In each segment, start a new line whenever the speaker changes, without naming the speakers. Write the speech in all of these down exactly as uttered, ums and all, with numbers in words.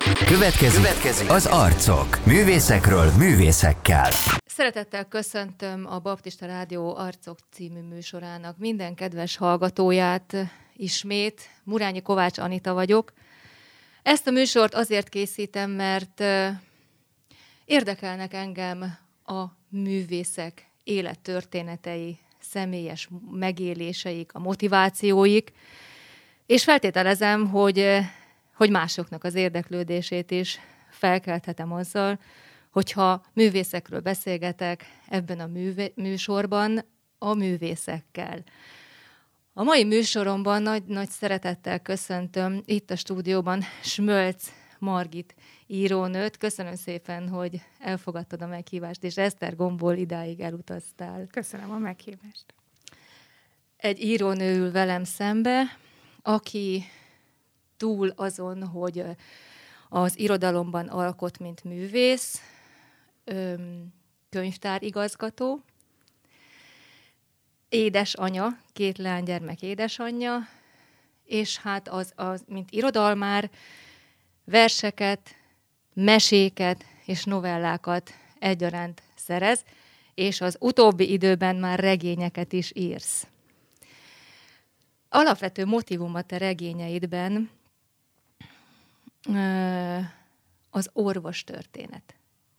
Következik, Következik az Arcok. Művészekről művészekkel.
Szeretettel köszöntöm a Baptista Rádió Arcok című műsorának minden kedves hallgatóját ismét. Murányi Kovács Anita vagyok. Ezt a műsort azért készítem, mert érdekelnek engem a művészek élettörténetei, személyes megéléseik, a motivációik, és feltételezem, hogy, hogy másoknak az érdeklődését is felkelthetem azzal, hogyha művészekről beszélgetek ebben a műve- műsorban a művészekkel. A mai műsoromban nagy, nagy szeretettel köszöntöm itt a stúdióban Smölc Margit írónőt. Köszönöm szépen, hogy elfogadtad a meghívást, és Esztergomból idáig elutaztál.
Köszönöm a meghívást.
Egy írónő ül velem szembe, aki túl azon, hogy az irodalomban alkot, mint művész, könyvtárigazgató, édesanya, két leánygyermek édesanyja, és hát az, az, mint irodalmár, verseket, meséket és novellákat egyaránt szerez, és az utóbbi időben már regényeket is írsz. Alapvető motívum a te regényeidben az orvos történet.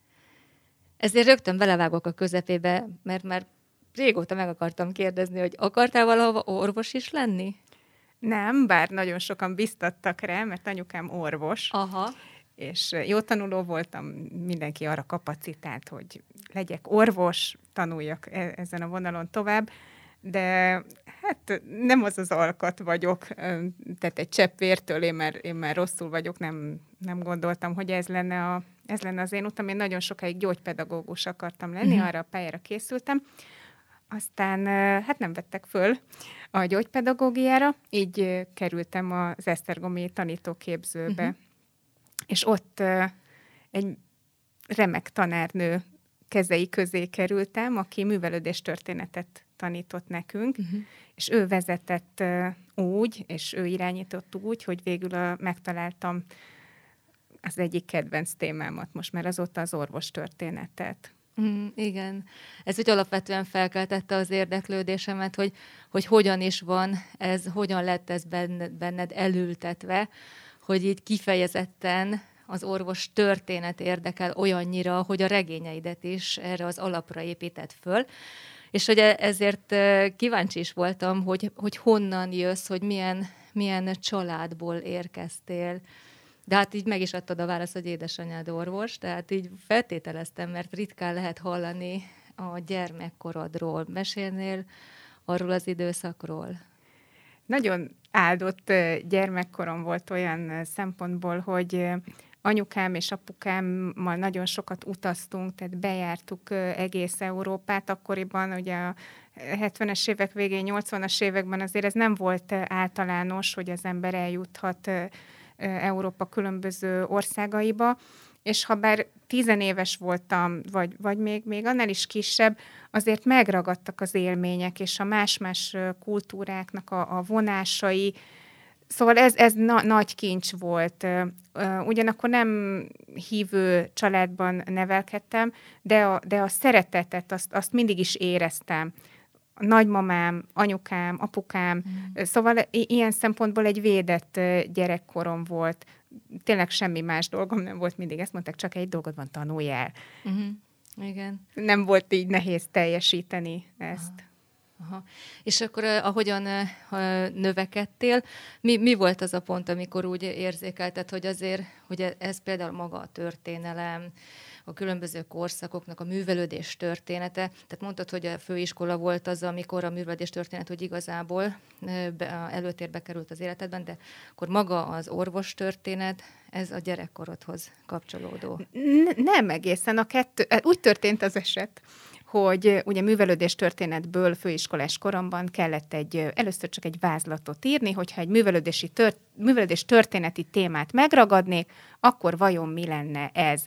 Ezért rögtön belevágok a közepébe, mert már régóta meg akartam kérdezni, hogy akartál valahova orvos is lenni?
Nem, bár nagyon sokan biztattak rá, mert anyukám orvos.
Aha.
És jó tanuló voltam, mindenki arra kapacitált, hogy legyek orvos, tanuljak e- ezen a vonalon tovább, de hát nem az az alkat vagyok, tehát egy csepp vértől én már, én már rosszul vagyok, nem, nem gondoltam, hogy ez lenne, a, ez lenne az én utam. Én nagyon sokáig gyógypedagógus akartam lenni, uh-huh. arra a pályára készültem. Aztán hát nem vettek föl a gyógypedagógiára, így kerültem az esztergomi tanítóképzőbe. Uh-huh. És ott egy remek tanárnő kezei közé kerültem, aki művelődés történetet tanított nekünk, uh-huh. és ő vezetett úgy, és ő irányított úgy, hogy végül a, megtaláltam az egyik kedvenc témámat most, mert azóta az orvos történetet.
Mm, igen. Ez úgy alapvetően felkeltette az érdeklődésemet, hogy, hogy hogyan is van ez, hogyan lett ez benned, benned elültetve, hogy így kifejezetten az orvos történet érdekel olyannyira, hogy a regényeidet is erre az alapra épített föl. És hogy ezért kíváncsi is voltam, hogy, hogy honnan jössz, hogy milyen, milyen családból érkeztél. De hát így meg is adtad a választ, hogy édesanyád orvos, tehát így feltételeztem, mert ritkán lehet hallani a gyermekkorodról. Mesélnél arról az időszakról?
Nagyon áldott gyermekkorom volt olyan szempontból, hogy anyukám és apukámmal nagyon sokat utaztunk, tehát bejártuk egész Európát. Akkoriban ugye a hetvenes évek végén, nyolcvanas években azért ez nem volt általános, hogy az ember eljuthat Európa különböző országaiba, és ha bár tizenéves voltam, vagy, vagy még, még annál is kisebb, azért megragadtak az élmények, és a más-más kultúráknak a, a vonásai. Szóval ez, ez na, nagy kincs volt. Ugyanakkor nem hívő családban nevelkedtem, de a, de a szeretetet azt, azt mindig is éreztem. A nagymamám, anyukám, apukám, mm. szóval i- ilyen szempontból egy védett gyerekkorom volt. Tényleg semmi más dolgom nem volt, mindig ezt mondták, csak egy dolgod van, tanulj el.
Uh-huh. Igen.
Nem volt így nehéz teljesíteni ezt.
Aha. Aha. És akkor ahogyan növekedtél, mi, mi volt az a pont, amikor úgy érzékelted, hogy azért, hogy ez például maga a történelem, a különböző korszakoknak a művelődés története. Tehát mondtad, hogy a főiskola volt az, amikor a művelődés történet, hogy igazából előtérbe került az életedben, de akkor maga az orvos történet, ez a gyerekkorodhoz kapcsolódó.
N- nem egészen. A kettő, úgy történt az eset, hogy ugye művelődés történetből főiskolás koromban kellett egy, először csak egy vázlatot írni, hogyha egy művelődési tört, művelődés történeti témát megragadnék, akkor vajon mi lenne ez?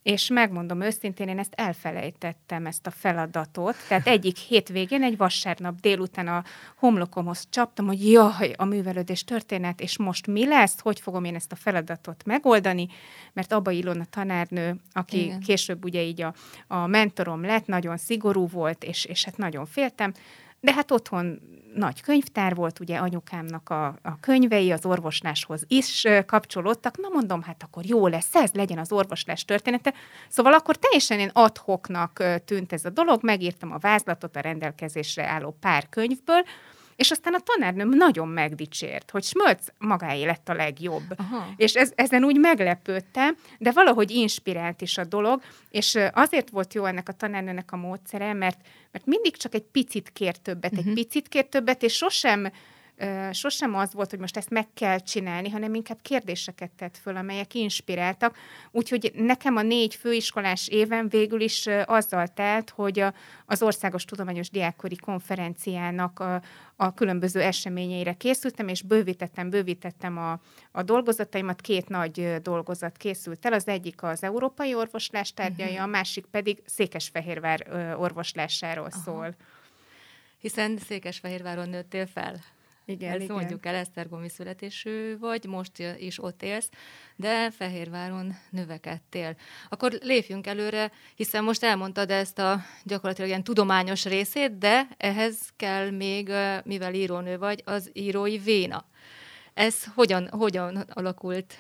És megmondom őszintén, én ezt elfelejtettem, ezt a feladatot. Tehát egyik hétvégén, egy vasárnap délután a homlokomhoz csaptam, hogy jaj, a művelődés történet, és most mi lesz, hogy fogom én ezt a feladatot megoldani, mert Aba Ilona tanárnő, aki Igen. később ugye így a, a mentorom lett, nagyon szigorú volt, és, és hát nagyon féltem, de hát otthon nagy könyvtár volt, ugye anyukámnak a, a könyvei az orvosláshoz is kapcsolódtak. Na mondom, hát akkor jó lesz, ez legyen az orvoslás története. Szóval akkor teljesen én ad hocnak tűnt ez a dolog, megírtam a vázlatot a rendelkezésre álló pár könyvből, és aztán a tanárnőm nagyon megdicsért, hogy Smölc magáé lett a legjobb. Aha. És ez, ezen úgy meglepődtem, de valahogy inspirált is a dolog, és azért volt jó ennek a tanárnőnek a módszere, mert, mert mindig csak egy picit kér többet, uh-huh. egy picit kér többet, és sosem, uh, sosem az volt, hogy most ezt meg kell csinálni, hanem inkább kérdéseket tett föl, amelyek inspiráltak. Úgyhogy nekem a négy főiskolás éven végül is uh, azzal telt, hogy a, az Országos Tudományos Diákkori Konferenciának a, a különböző eseményeire készültem, és bővítettem, bővítettem a, a dolgozataimat. Két nagy dolgozat készült el. Az egyik az európai orvoslás tárgyai, uh-huh. a másik pedig Székesfehérvár orvoslásáról Aha. szól.
Hiszen Székesfehérváron nőttél fel.
Igen,
Ezt
igen.
mondjuk el, esztergomi születésű vagy, most is ott élsz, de Fehérváron növekedtél. Akkor lépjünk előre, hiszen most elmondtad ezt a gyakorlatilag ilyen tudományos részét, de ehhez kell még, mivel írónő vagy, az írói véna. Ez hogyan, hogyan alakult?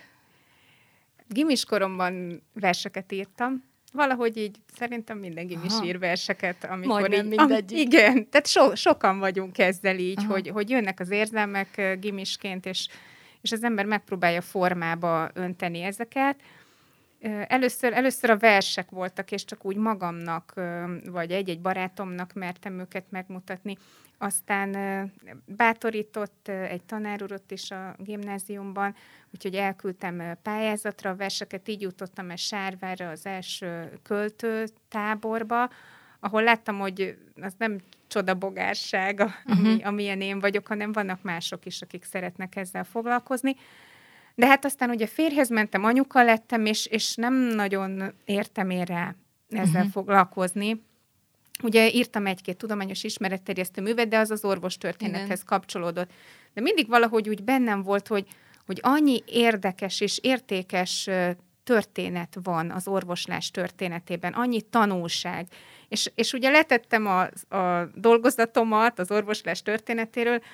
Gimiskoromban verseket írtam. Valahogy így szerintem minden gimis ír verseket, amikor
Majdnem
így...
mindegyik.
Am, igen, tehát so, sokan vagyunk ezzel így, hogy, hogy jönnek az érzelmek gimisként, és, és az ember megpróbálja formába önteni ezeket. Először, először a versek voltak, és csak úgy magamnak, vagy egy-egy barátomnak mertem őket megmutatni. Aztán bátorított egy tanár úr ott is a gimnáziumban, úgyhogy elküldtem pályázatra a verseket, így jutottam el Sárvárra az első költőtáborba, ahol láttam, hogy az nem csodabogárság, ami, uh-huh. amilyen én vagyok, hanem vannak mások is, akik szeretnek ezzel foglalkozni. De hát aztán ugye férjhez mentem, anyuka lettem, és, és nem nagyon értem én rá ezzel uh-huh. foglalkozni. Ugye írtam egy-két tudományos ismeretterjesztő művet, de az az orvostörténethez Igen. kapcsolódott. De mindig valahogy úgy bennem volt, hogy, hogy annyi érdekes és értékes történet van az orvoslás történetében, annyi tanulság. És, és ugye letettem a, a dolgozatomat az orvoslás történetéről,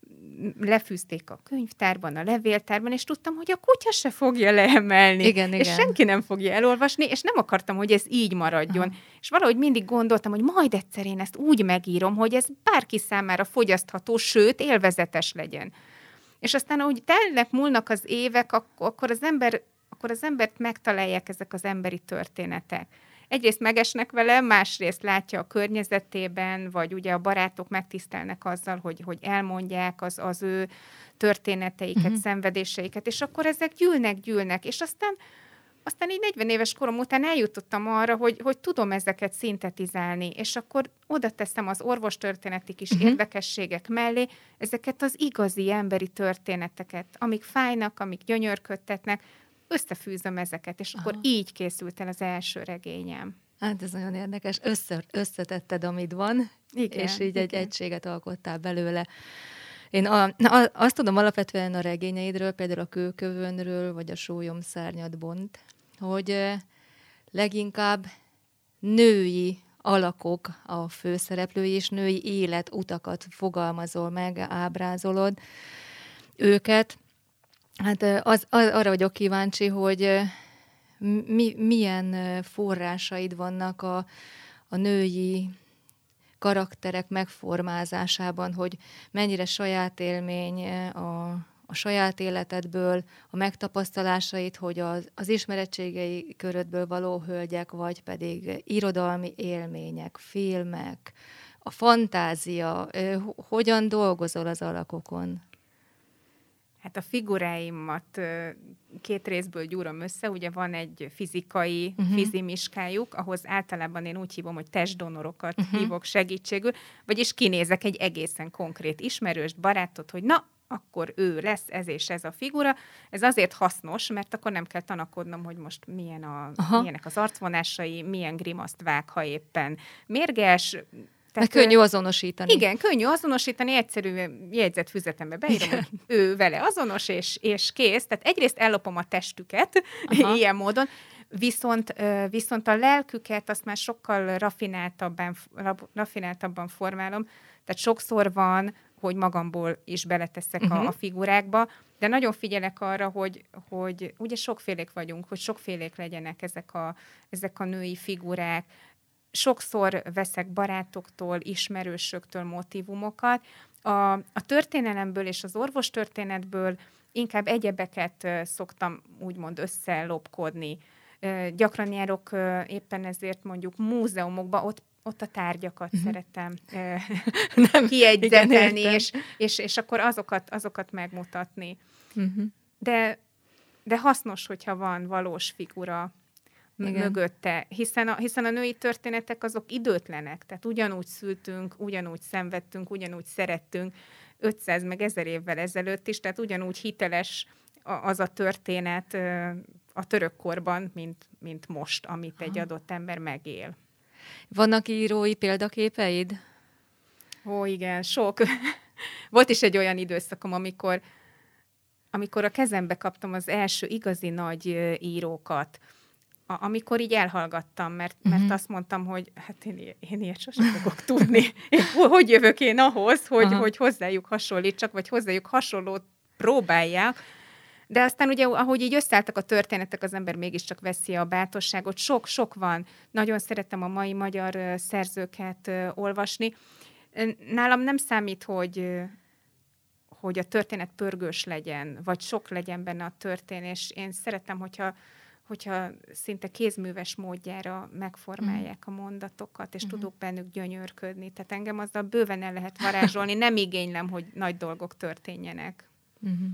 lefűzték a könyvtárban, a levéltárban, és tudtam, hogy a kutya se fogja leemelni.
Igen,
és
igen.
senki nem fogja elolvasni, és nem akartam, hogy ez így maradjon. Aha. És valahogy mindig gondoltam, hogy majd egyszer én ezt úgy megírom, hogy ez bárki számára fogyasztható, sőt, élvezetes legyen. És aztán, ahogy telnek, múlnak az évek, akkor az ember, akkor az embert megtalálják ezek az emberi történetek. Egyrészt megesnek vele, másrészt látja a környezetében, vagy ugye a barátok megtisztelnek azzal, hogy, hogy elmondják az, az ő történeteiket, uh-huh. szenvedéseiket, és akkor ezek gyűlnek, gyűlnek, és aztán, aztán így negyven éves korom után eljutottam arra, hogy, hogy tudom ezeket szintetizálni, és akkor oda teszem az orvostörténeti kis uh-huh. érdekességek mellé ezeket az igazi emberi történeteket, amik fájnak, amik gyönyörködtetnek, összefűzöm ezeket, és Aha. akkor így készült el az első regényem.
Hát ez nagyon érdekes. Össze, összetetted, amit van, igen, és így igen. egy egységet alkottál belőle. Én a, a, azt tudom alapvetően a regényeidről, például a Kőkövönről, vagy a Sólyomszárnyat Bont, hogy leginkább női alakok a főszereplői, és női életutakat fogalmazol meg, ábrázolod őket. Hát az, az, arra vagyok kíváncsi, hogy mi, milyen forrásaid vannak a, a női karakterek megformázásában, hogy mennyire saját élmény a, a saját életedből, a megtapasztalásait, hogy az, az ismeretségei körödből való hölgyek, vagy pedig irodalmi élmények, filmek, a fantázia, hogyan dolgozol az alakokon?
Hát a figuráimat két részből gyúrom össze, ugye van egy fizikai uh-huh. fizimiskájuk, ahhoz általában én úgy hívom, hogy testdonorokat uh-huh. hívok segítségül, vagyis kinézek egy egészen konkrét ismerőst, barátot, hogy na, akkor ő lesz ez és ez a figura. Ez azért hasznos, mert akkor nem kell tanakodnom, hogy most milyen a, milyenek az arcvonásai, milyen grimaszt vág, ha éppen mérges.
Tehát könnyű azonosítani.
Igen, könnyű azonosítani, egyszerű jegyzetfüzetembe beírom, hogy ő vele azonos, és, és kész. Tehát egyrészt ellopom a testüket Aha. ilyen módon, viszont, viszont a lelküket azt már sokkal raffináltabban, raffináltabban formálom. Tehát sokszor van, hogy magamból is beleteszek uh-huh. a, a figurákba, de nagyon figyelek arra, hogy, hogy ugye sokfélék vagyunk, hogy sokfélék legyenek ezek a, ezek a női figurák. Sokszor veszek barátoktól, ismerősöktől motívumokat. A, a történelemből és az orvostörténetből inkább egyebeket szoktam úgymond összelopkodni. Gyakran járok éppen ezért mondjuk múzeumokba, ott ott a tárgyakat uh-huh. szeretem nem kiegyzetelni, és, és, és akkor azokat, azokat megmutatni. Uh-huh. De, de hasznos, hogyha van valós figura Igen. mögötte, hiszen a, hiszen a női történetek azok időtlenek, tehát ugyanúgy szültünk, ugyanúgy szenvedtünk, ugyanúgy szerettünk ötszáz meg ezer évvel ezelőtt is, tehát ugyanúgy hiteles az a történet a török korban, mint, mint most, amit egy adott ember megél.
Vannak írói példaképeid?
Ó, igen, sok. Volt is egy olyan időszakom, amikor, amikor a kezembe kaptam az első igazi nagy írókat, a, amikor így elhallgattam, mert, uh-huh. mert azt mondtam, hogy hát én, én ilyet sosem fogok tudni. Én, hogy jövök én ahhoz, hogy, hogy hozzájuk hasonlítsak, vagy hozzájuk hasonlót próbálják. De aztán ugye, ahogy így összeálltak a történetek, az ember mégiscsak veszi a bátorságot. Sok-sok van. Nagyon szeretem a mai magyar szerzőket olvasni. Nálam nem számít, hogy, hogy a történet pörgős legyen, vagy sok legyen benne a történés. Én szeretem, hogyha, hogyha szinte kézműves módjára megformálják a mondatokat, és uh-huh. tudok bennük gyönyörködni. Tehát engem azzal bőven el lehet varázsolni. Nem igénylem, hogy nagy dolgok történjenek.
Uh-huh.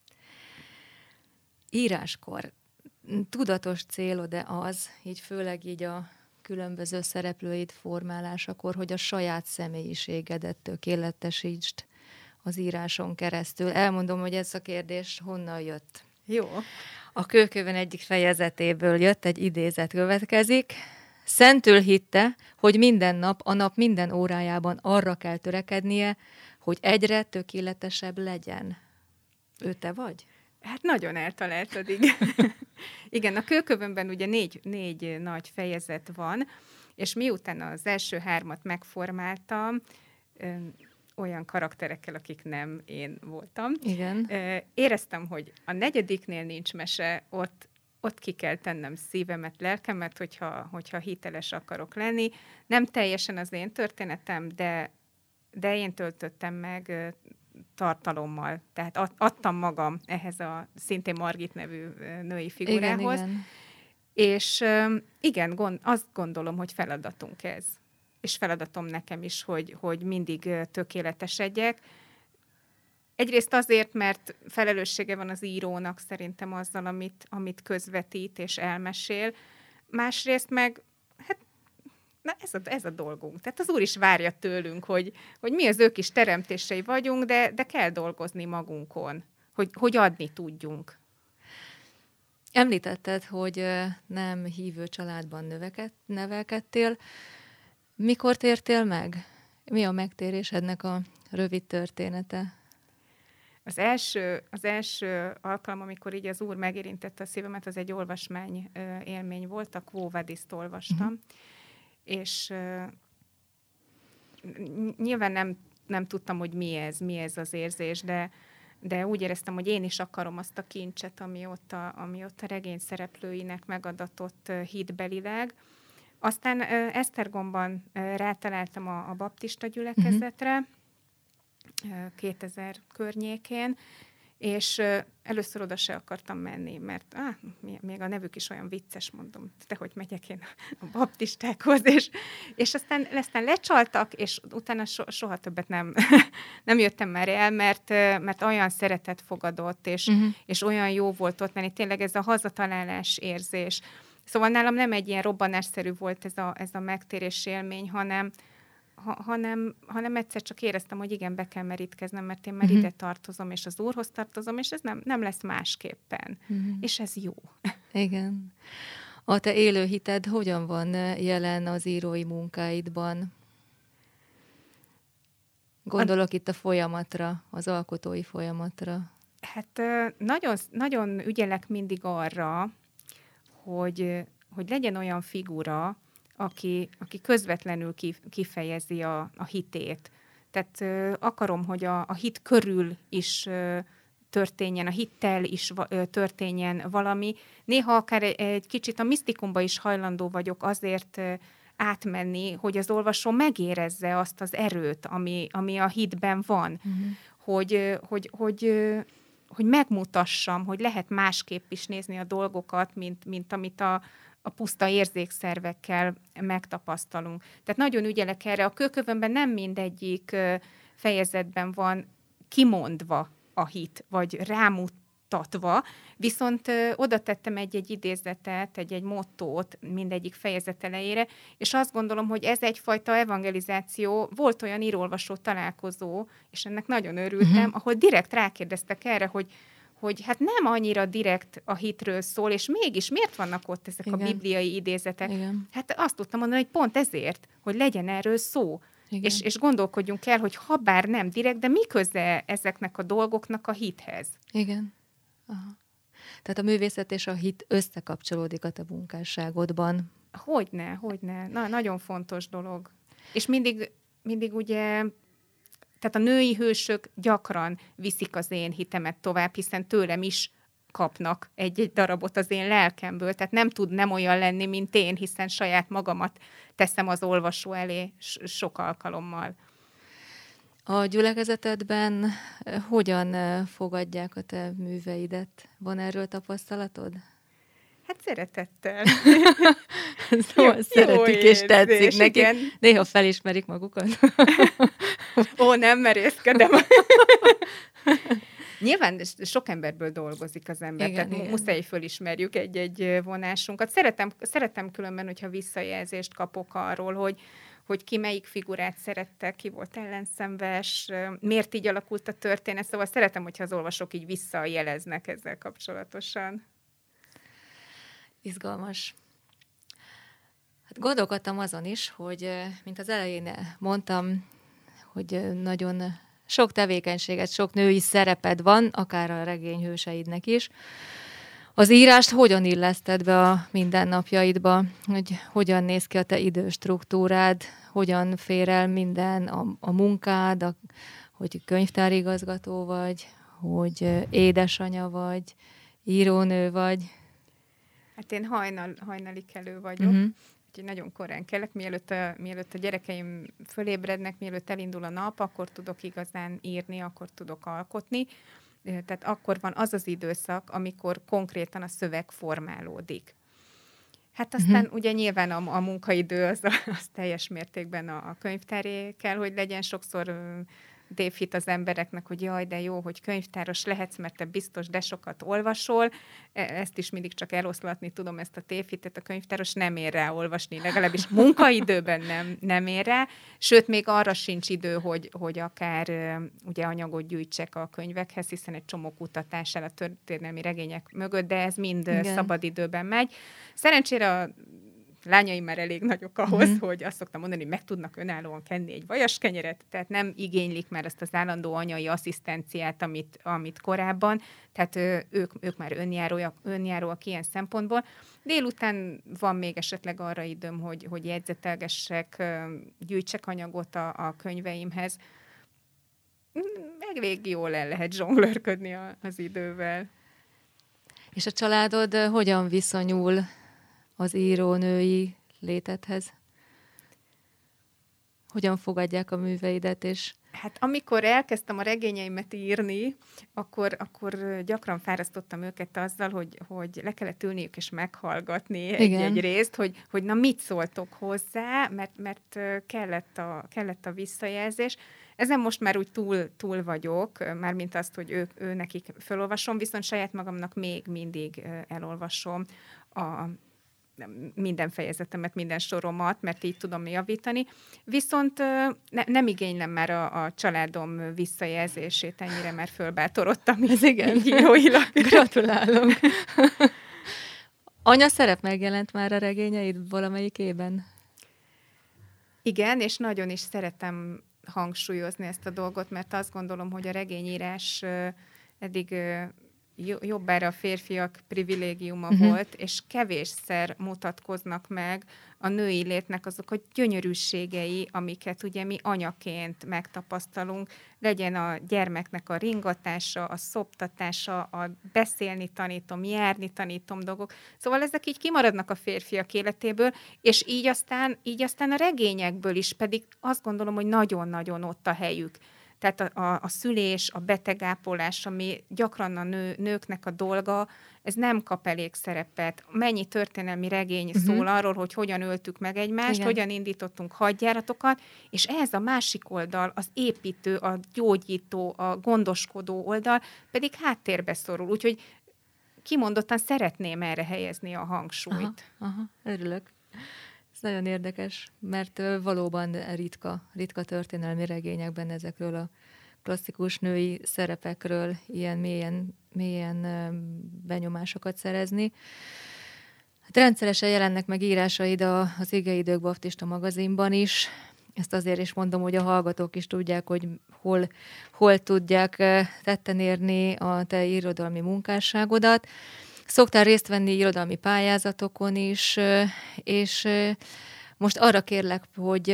Íráskor tudatos célod-e az, így főleg így a különböző szereplőid formálásakor, hogy a saját személyiségedet tökéletesítsd az íráson keresztül? Elmondom, hogy ez a kérdés honnan jött.
Jó.
A Kőkövön egyik fejezetéből jött, egy idézet következik. Szentül hitte, hogy minden nap, a nap minden órájában arra kell törekednie, hogy egyre tökéletesebb legyen. Ő te vagy?
Hát nagyon eltaláltad, igen. Igen, a Kőkövönben ugye négy, négy nagy fejezet van, és miután az első hármat megformáltam, ö, olyan karakterekkel, akik nem én voltam,
igen.
Ö, éreztem, hogy a negyediknél nincs mese, ott, ott ki kell tennem szívemet, lelkemet, hogyha, hogyha hiteles akarok lenni. Nem teljesen az én történetem, de, de én töltöttem meg tartalommal. Tehát adtam magam ehhez a szintén Margit nevű női figurához.
Igen, igen.
És igen, gond, azt gondolom, hogy feladatunk ez. És feladatom nekem is, hogy, hogy mindig tökéletesedjek. Egyrészt azért, mert felelőssége van az írónak szerintem azzal, amit, amit közvetít és elmesél. Másrészt meg hát na ez a, ez a dolgunk. Tehát az Úr is várja tőlünk, hogy, hogy mi az ő kis teremtései vagyunk, de, de kell dolgozni magunkon, hogy, hogy adni tudjunk.
Említetted, hogy nem hívő családban növeket, nevelkedtél. Mikor tértél meg? Mi a megtérésednek a rövid története?
Az első, az első alkalom, amikor így az Úr megérintette a szívemet, az egy olvasmány élmény volt, a Quo Vadis-t olvastam. Uh-huh. És uh, nyilván nem, nem tudtam, hogy mi ez, mi ez az érzés, de, de úgy éreztem, hogy én is akarom azt a kincset, ami ott a, ami ott a regény szereplőinek megadatott uh, hitbelileg. Aztán uh, Esztergomban uh, rátaláltam a, a baptista gyülekezetre, uh-huh. uh, kétezer környékén, és uh, először oda se akartam menni, mert ah, még a nevük is olyan vicces, mondom, de hogy megyek én a baptistákhoz, és, és aztán, aztán lecsaltak, és utána so, soha többet nem, nem jöttem már el, mert, mert olyan szeretet fogadott, és, uh-huh. és olyan jó volt ott menni, tényleg ez a hazatalálás érzés. Szóval nálam nem egy ilyen robbanásszerű volt ez a, ez a megtérés élmény, hanem, ha, hanem, hanem egyszer csak éreztem, hogy igen, be kell merítkeznem, mert én már
Uh-huh.
ide tartozom, és az Úrhoz tartozom, és ez nem, nem lesz másképpen. Uh-huh. És ez jó.
Igen. A te élő hited hogyan van jelen az írói munkáidban? Gondolok a... itt a folyamatra, az alkotói folyamatra.
Hát nagyon, nagyon ügyelek mindig arra, hogy, hogy legyen olyan figura, aki, aki közvetlenül kifejezi a, a hitét. Tehát ö, akarom, hogy a, a hit körül is ö, történjen, a hittel is ö, történjen valami. Néha akár egy, egy kicsit a misztikumba is hajlandó vagyok azért ö, átmenni, hogy az olvasó megérezze azt az erőt, ami, ami a hitben van. Uh-huh. Hogy, ö, hogy, hogy, ö, hogy megmutassam, hogy lehet másképp is nézni a dolgokat, mint, mint amit a a puszta érzékszervekkel megtapasztalunk. Tehát nagyon ügyelek erre. A Kőkövönben nem mindegyik fejezetben van kimondva a hit, vagy rámutatva, viszont oda tettem egy-egy idézetet, egy-egy mottót mindegyik fejezet elejére, és azt gondolom, hogy ez egyfajta evangelizáció. Volt olyan írólvasó találkozó, és ennek nagyon örültem, uh-huh. ahol direkt rákérdeztek erre, hogy hogy hát nem annyira direkt a hitről szól, és mégis miért vannak ott ezek Igen. a bibliai idézetek? Igen. Hát azt tudtam mondani, hogy pont ezért, hogy legyen erről szó. És, és gondolkodjunk el, hogy ha bár nem direkt, de mi köze ezeknek a dolgoknak a hithez?
Igen. Aha. Tehát a művészet és a hit összekapcsolódik a te munkásságodban.
Hogyne, hogyne. Na, nagyon fontos dolog. És mindig, mindig ugye... Tehát a női hősök gyakran viszik az én hitemet tovább, hiszen tőlem is kapnak egy-egy darabot az én lelkemből, tehát nem tud nem olyan lenni, mint én, hiszen saját magamat teszem az olvasó elé sok alkalommal.
A gyülekezetedben hogyan fogadják a te műveidet? Van erről tapasztalatod?
Hát szeretettel.
Szóval jó, szeretik jó és tetszik neki. Igen. Néha felismerik magukat.
Ó, nem merészkedem. Nyilván sok emberből dolgozik az ember, igen, tehát igen. muszáj fölismerjük egy-egy vonásunkat. Szeretem, szeretem különben, hogyha visszajelzést kapok arról, hogy, hogy ki melyik figurát szerette, ki volt ellenszenves, miért így alakult a történet. Szóval szeretem, hogyha az olvasók így visszajeleznek ezzel kapcsolatosan.
Izgalmas. Hát gondolkodtam azon is, hogy, mint az elején mondtam, hogy nagyon sok tevékenységet, sok női szereped van, akár a regényhőseidnek is. Az írást hogyan illeszted be a mindennapjaidba? Hogy hogyan néz ki a te időstruktúrád? Hogyan fér el minden a, a munkád, a, hogy könyvtárigazgató vagy, hogy édesanya vagy, írónő vagy?
Hát én hajnal, hajnali kelő vagyok, uh-huh. úgyhogy nagyon korán kelek, mielőtt a, mielőtt a gyerekeim fölébrednek, mielőtt elindul a nap, akkor tudok igazán írni, akkor tudok alkotni. Tehát akkor van az az időszak, amikor konkrétan a szöveg formálódik. Hát aztán uh-huh. ugye nyilván a, a munkaidő az, az teljes mértékben a, a könyvtáré kell, hogy legyen. Sokszor tévhit az embereknek, hogy jaj, de jó, hogy könyvtáros lehetsz, mert te biztos, de sokat olvasol. Ezt is mindig csak eloszlatni tudom, ezt a tévhitet. A könyvtáros nem ér rá olvasni, legalábbis munkaidőben nem, nem ér rá. Sőt, még arra sincs idő, hogy, hogy akár ugye anyagot gyűjtsek a könyvekhez, hiszen egy csomó kutatás el a történelmi regények mögött, de ez mind Igen. szabadidőben megy. Szerencsére a lányaim már elég nagyok ahhoz, mm-hmm. hogy azt szoktam mondani, hogy meg tudnak önállóan kenni egy vajaskenyeret, tehát nem igénylik már azt az állandó anyai asszisztenciát, amit, amit korábban, tehát ők, ők már önjáróak, önjáróak ilyen szempontból. Délután van még esetleg arra időm, hogy, hogy jegyzetelgessek, gyűjtsek anyagot a, a könyveimhez. Elég jól el lehet zsonglőrködni a, az idővel.
És a családod hogyan viszonyul az írónői létedhez? Hogyan fogadják a műveidet? És...
Hát amikor elkezdtem a regényeimet írni, akkor, akkor gyakran fárasztottam őket azzal, hogy, hogy le kellett ülniük és meghallgatni egy-egy részt, hogy, hogy na mit szóltok hozzá, mert, mert kellett, a, kellett a visszajelzés. Ezen most már úgy túl, túl vagyok, mármint azt, hogy ők, ő nekik felolvasom, viszont saját magamnak még mindig elolvasom a minden fejezetemet, minden soromat, mert így tudom javítani. Viszont ne, nem igénylem már a, a családom visszajelzését, ennyire már fölbátorodtam.
Ez igen.
Íróilag.
Gratulálok. Anya szerep megjelent már a regényeid valamelyikében?
Igen, és nagyon is szeretem hangsúlyozni ezt a dolgot, mert azt gondolom, hogy a regényírás eddig jobbára a férfiak privilégiuma uh-huh. volt, és kevésszer mutatkoznak meg a női létnek azok a gyönyörűségei, amiket ugye mi anyaként megtapasztalunk, legyen a gyermeknek a ringatása, a szoptatása, a beszélni tanítom, járni tanítom dolgok. Szóval ezek így kimaradnak a férfiak életéből, és így aztán, így aztán a regényekből is pedig azt gondolom, hogy nagyon-nagyon ott a helyük. Tehát a, a, a szülés, a betegápolás, ami gyakran a nő, nőknek a dolga, ez nem kap elég szerepet. Mennyi történelmi regény uh-huh. szól arról, hogy hogyan öltük meg egymást, igen. hogyan indítottunk hadjáratokat, és ez a másik oldal, az építő, a gyógyító, a gondoskodó oldal pedig háttérbe szorul. Úgyhogy kimondottan szeretném erre helyezni a hangsúlyt.
Aha, aha, örülök. Ez nagyon érdekes, mert valóban ritka, ritka történelmi regényekben ezekről a klasszikus női szerepekről ilyen mélyen, mélyen benyomásokat szerezni. Hát rendszeresen jelennek meg írásaid az Igeidők Baptista magazinban is. Ezt azért is mondom, hogy a hallgatók is tudják, hogy hol, hol tudják tetten érni a te irodalmi munkásságodat. Szoktál részt venni irodalmi pályázatokon is, és most arra kérlek, hogy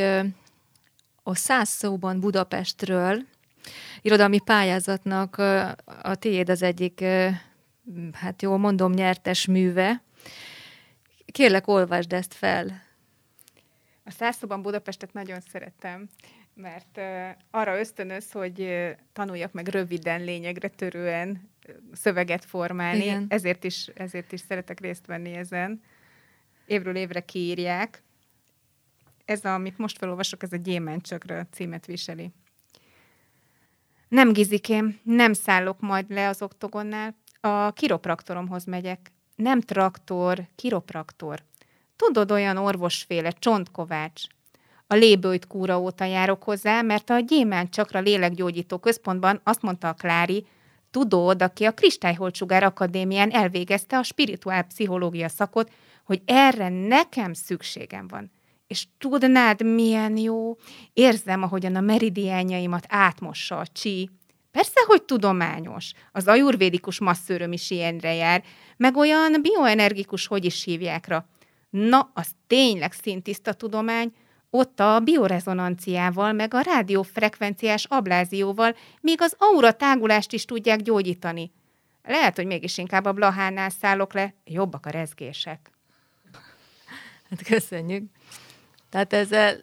a Száz szóban Budapestről irodalmi pályázatnak a tiéd az egyik, hát jól mondom, nyertes műve. Kérlek, olvasd ezt fel.
A Száz szóban Budapestet nagyon szeretem, mert arra ösztönöz, hogy tanuljak meg röviden, lényegre törően szöveget formálni. Igen. Ezért is, ezért is szeretek részt venni ezen. Évről évre kiírják. Ez, amit most felolvasok, ez a Gyémántcsakra címet viseli. Nem, Gizikém, nem szállok majd le az oktogonnál. A kiropraktoromhoz megyek. Nem traktor, kiropraktor. Tudod, olyan orvosféle, Csontkovács. A lébőjt kúra óta járok hozzá, mert a Gyémántcsakra lélekgyógyító központban azt mondta a Klári, tudod, aki a Kristályholtsugár Akadémián elvégezte a spirituál pszichológia szakot, hogy erre nekem szükségem van. És tudnád, milyen jó? Érzem, ahogyan a meridiánjaimat átmossa a csí. Persze, hogy tudományos. Az ajurvédikus masszőröm is ilyenre jár, meg olyan bioenergikus, hogy is hívják rá. Na, az tényleg szintiszta tudomány, ott a biorezonanciával, meg a rádiófrekvenciás ablázióval még az aura tágulást is tudják gyógyítani. Lehet, hogy mégis inkább a Blahánál szállok le, jobbak a rezgések.
Hát köszönjük. Tehát ezzel,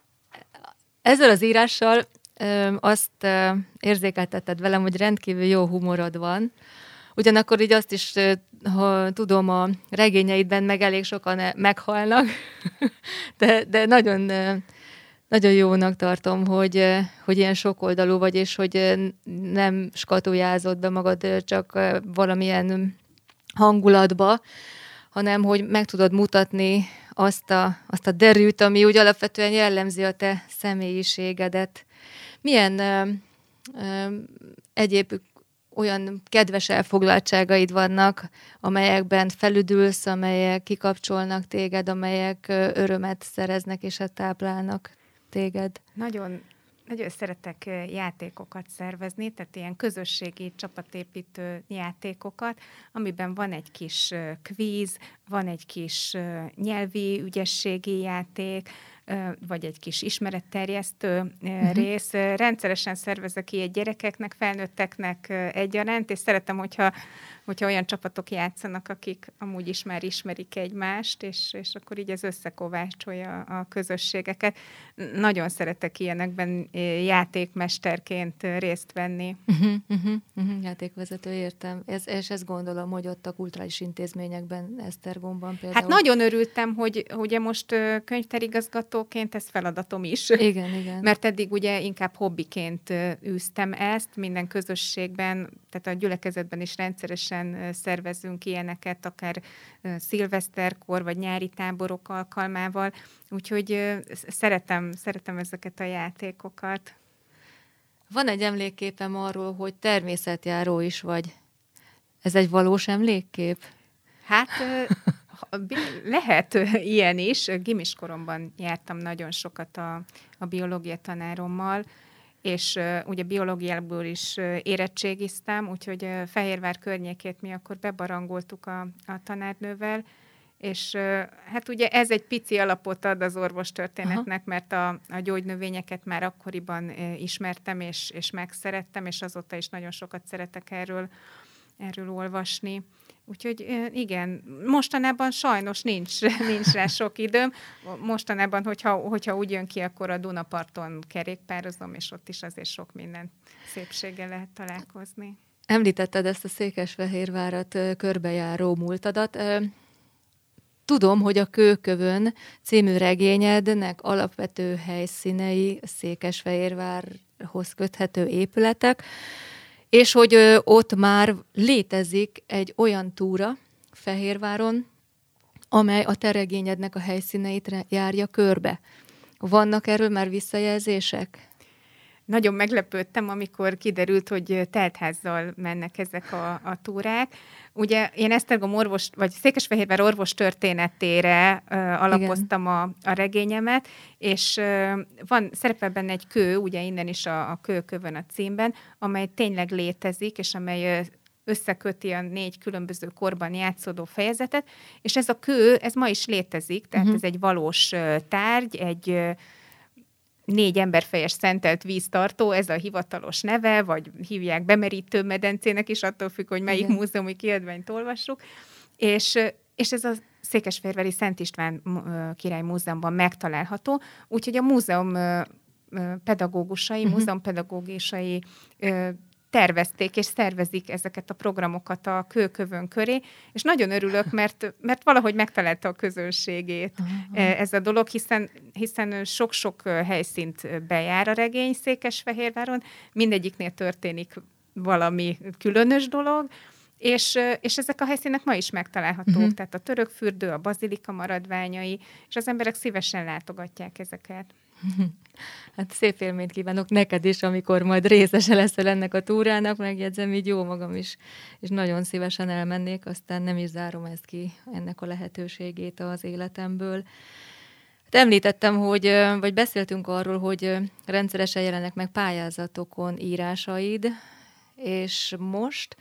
ezzel az írással ö, azt ö, érzékeltetted velem, hogy rendkívül jó humorod van. Ugyanakkor így azt is ha tudom, a regényeidben meg elég sokan meghalnak, de, de nagyon, nagyon jónak tartom, hogy, hogy ilyen sokoldalú vagy, és hogy nem skatujázott be magad csak valamilyen hangulatba, hanem hogy meg tudod mutatni azt a, azt a derűt, ami úgy alapvetően jellemzi a te személyiségedet. Milyen ö, ö, egyéb olyan kedves elfoglaltságaid vannak, amelyekben felüdülsz, amelyek kikapcsolnak téged, amelyek örömet szereznek és táplálnak téged?
Nagyon, nagyon szeretek játékokat szervezni, tehát ilyen közösségi csapatépítő játékokat, amiben van egy kis kvíz, van egy kis nyelvi ügyességi játék, vagy egy kis ismeretterjesztő uh-huh. rész. Rendszeresen szervezek ilyet gyerekeknek, felnőtteknek egyaránt, és szeretem, hogyha, hogyha olyan csapatok játszanak, akik amúgy is már ismerik egymást, és, és akkor így ez összekovácsolja a közösségeket. Nagyon szeretek ilyenekben játékmesterként részt venni.
Uh-huh, uh-huh, uh-huh, játékvezető, értem. Ez, és ezt gondolom, hogy ott a kulturális intézményekben, Esztergomban például.
Hát nagyon örültem, hogy ugye most könyvtárigazgató igazgatóként ez feladatom is.
Igen, igen.
Mert eddig ugye inkább hobbiként űztem ezt, minden közösségben, tehát a gyülekezetben is rendszeresen szervezünk ilyeneket, akár szilveszterkor, vagy nyári táborok alkalmával, úgyhogy szeretem, szeretem ezeket a játékokat.
Van egy emlékképem arról, hogy természetjáró is vagy. Ez egy valós emlékkép?
Hát lehet ilyen is. Gimiskoromban jártam nagyon sokat a, a biológia tanárommal, és uh, ugye biológiából is uh, érettségiztem, úgyhogy uh, Fehérvár környékét mi akkor bebarangoltuk a, a tanárnővel, és uh, hát ugye ez egy pici alapot ad az orvostörténetnek, aha, mert a, a gyógynövényeket már akkoriban uh, ismertem, és, és megszerettem, és azóta is nagyon sokat szeretek erről, erről olvasni. Úgyhogy igen, mostanában sajnos nincs, nincs rá sok időm. Mostanában, hogyha, hogyha úgy jön ki, akkor a Dunaparton kerékpározom, és ott is azért sok minden szépséggel lehet találkozni.
Említetted ezt a Székesfehérvárat körbejáró múltadat. Tudom, hogy a Kőkövön című regényednek alapvető helyszínei Székesfehérvárhoz köthető épületek, és hogy ö, ott már létezik egy olyan túra Fehérváron, amely a te regényednek a helyszíneit járja körbe. Vannak erről már visszajelzések?
Nagyon meglepődtem, amikor kiderült, hogy teltházzal mennek ezek a, a túrák. Ugye én Esztergom orvos, vagy Székesfehérvár orvos történetére uh, alapoztam a, a regényemet, és uh, van, szerepel benne egy kő, ugye innen is a, a Kőkövön a címben, amely tényleg létezik, és amely uh, összeköti a négy különböző korban játszódó fejezetet, és ez a kő, ez ma is létezik, tehát uh-huh. ez egy valós uh, tárgy, egy uh, négy emberfejes szentelt víztartó, ez a hivatalos neve, vagy hívják bemerítő medencének is, attól függ, hogy melyik igen. múzeumi kiadványt olvassuk. És, és ez a Székesfehérvári Szent István Király Múzeumban megtalálható, úgyhogy a múzeum pedagógusai, uh-huh. múzeumpedagógusai tervezték és szervezik ezeket a programokat a Kőkövön köré, és nagyon örülök, mert, mert valahogy megtalálta a közönségét uh-huh. ez a dolog, hiszen, hiszen sok-sok helyszínt bejár a regény Székesfehérváron, mindegyiknél történik valami különös dolog, és, és ezek a helyszínek ma is megtalálhatók, uh-huh. tehát a Törökfürdő, a bazilika maradványai, és az emberek szívesen látogatják ezeket.
Hát szép élményt kívánok neked is, amikor majd részese leszel ennek a túrának, megjegyzem, így jó magam is, és nagyon szívesen elmennék, aztán nem is zárom ezt ki, ennek a lehetőségét az életemből. Hát említettem, hogy, vagy beszéltünk arról, hogy rendszeresen jelennek meg pályázatokon írásaid, és most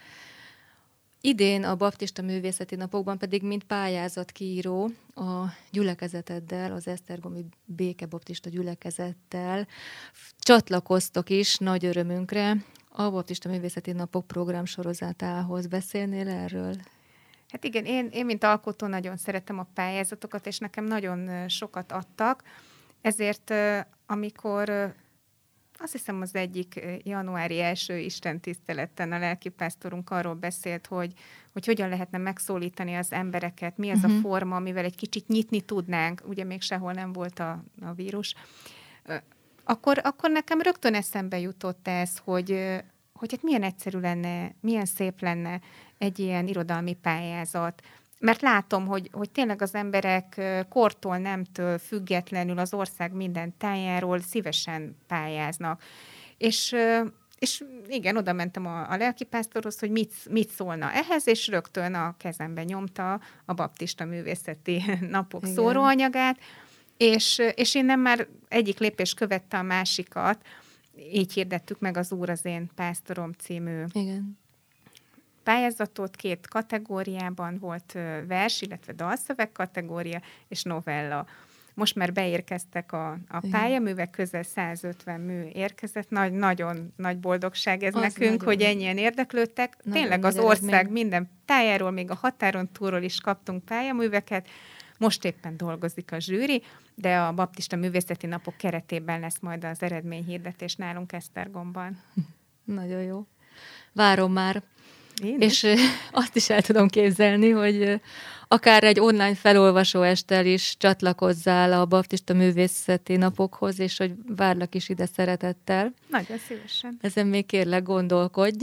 idén a Baptista Művészeti Napokban pedig mint pályázatkíró a gyülekezeteddel, az esztergomi Béke Baptista gyülekezettel csatlakoztok is nagy örömünkre a Baptista Művészeti Napok programsorozatához. Beszélnél erről?
Hát igen, én, én mint alkotó nagyon szeretem a pályázatokat, és nekem nagyon sokat adtak, ezért amikor azt hiszem az egyik januári első istentiszteleten a lelkipásztorunk arról beszélt, hogy, hogy hogyan lehetne megszólítani az embereket, mi az uh-huh. a forma, amivel egy kicsit nyitni tudnánk, ugye még sehol nem volt a, a vírus, akkor, akkor nekem rögtön eszembe jutott ez, hogy, hogy hát milyen egyszerű lenne, milyen szép lenne egy ilyen irodalmi pályázat, mert látom, hogy, hogy tényleg az emberek kortól, nemtől függetlenül az ország minden tájáról szívesen pályáznak. És, és igen, oda mentem a, a lelkipásztorhoz, hogy mit, mit szólna ehhez, és rögtön a kezembe nyomta a Baptista Művészeti Napok igen. szóróanyagát, és, és innen már egyik lépés követte a másikat, így hirdettük meg az Úr az én pásztorom című igen. pályázatot, két kategóriában volt vers, illetve dalszöveg kategória és novella. Most már beérkeztek a, a pályaművek, közel százötven mű érkezett. Nagy, nagyon nagy boldogság ez az nekünk, hogy ennyien érdeklődtek. Tényleg az ország eredmény. Minden tájáról, még a határon túlról is kaptunk pályaműveket. Most éppen dolgozik a zsűri, de a Baptista Művészeti Napok keretében lesz majd az eredményhirdetés nálunk Esztergomban.
Nagyon jó. Várom már.
Én
és is. Azt is el tudom képzelni, hogy akár egy online felolvasó estel is csatlakozzál a baptista művészeti napokhoz, és hogy várlak is ide szeretettel.
Nagyon szívesen.
Ezen még kérlek gondolkodj.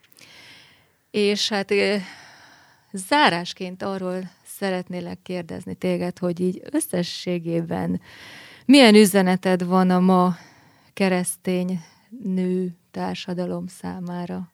És hát zárásként arról szeretnélek kérdezni téged, hogy így összességében milyen üzeneted van a ma keresztény nő társadalom számára?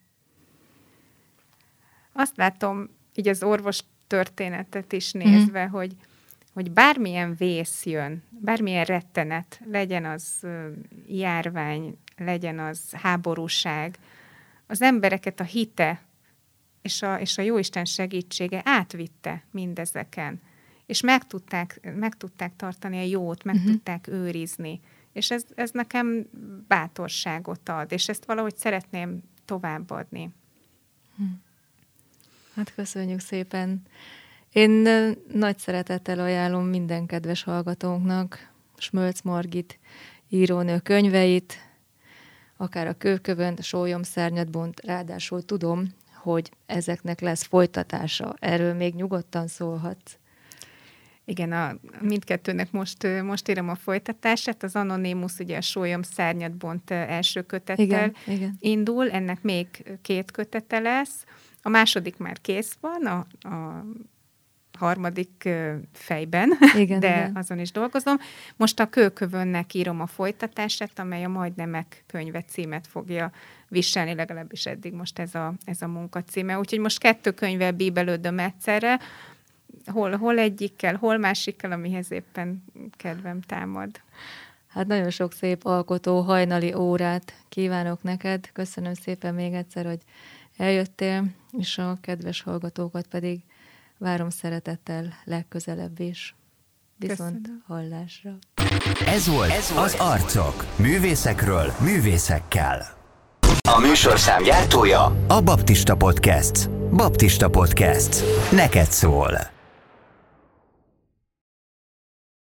Azt látom, így az orvos történetet is nézve, mm. hogy, hogy bármilyen vész jön, bármilyen rettenet, legyen az járvány, legyen az háborúság, az embereket a hite és a, és a Jóisten segítsége átvitte mindezeken, és meg tudták, meg tudták tartani a jót, meg mm-hmm. tudták őrizni. És ez, ez nekem bátorságot ad, és ezt valahogy szeretném továbbadni.
Hm. Hát köszönjük szépen. Én nagy szeretettel ajánlom minden kedves hallgatónknak Smölc Margit írónő könyveit, akár a Kőkövön, a Sólyomszárnyat-bont, ráadásul tudom, hogy ezeknek lesz folytatása. Erről még nyugodtan szólhatsz.
Igen, a, mindkettőnek most, most írom a folytatását. Az Anonymous, ugye a Sólyomszárnyat-bont első kötettel
igen, igen.
indul, ennek még két kötete lesz. A második már kész van, a, a harmadik fejben,
igen,
de
igen.
azon is dolgozom. Most a Kőkövönnek írom a folytatását, amely a Majdnemek könyve címet fogja viselni, legalábbis eddig most ez a, ez a munka címe. Úgyhogy most kettő könyvvel bíbelődöm egyszerre, hol, hol egyikkel, hol másikkel, amihez éppen kedvem támad.
Hát nagyon sok szép alkotó hajnali órát kívánok neked. Köszönöm szépen még egyszer, hogy eljöttél, és a kedves hallgatókat pedig várom szeretettel legközelebb is. Viszont Köszönöm. Hallásra.
Ez volt, Ez volt az Arcok. Művészekről, művészekkel. A műsorszám gyártója a Baptista Podcast. Baptista Podcast. Neked szól.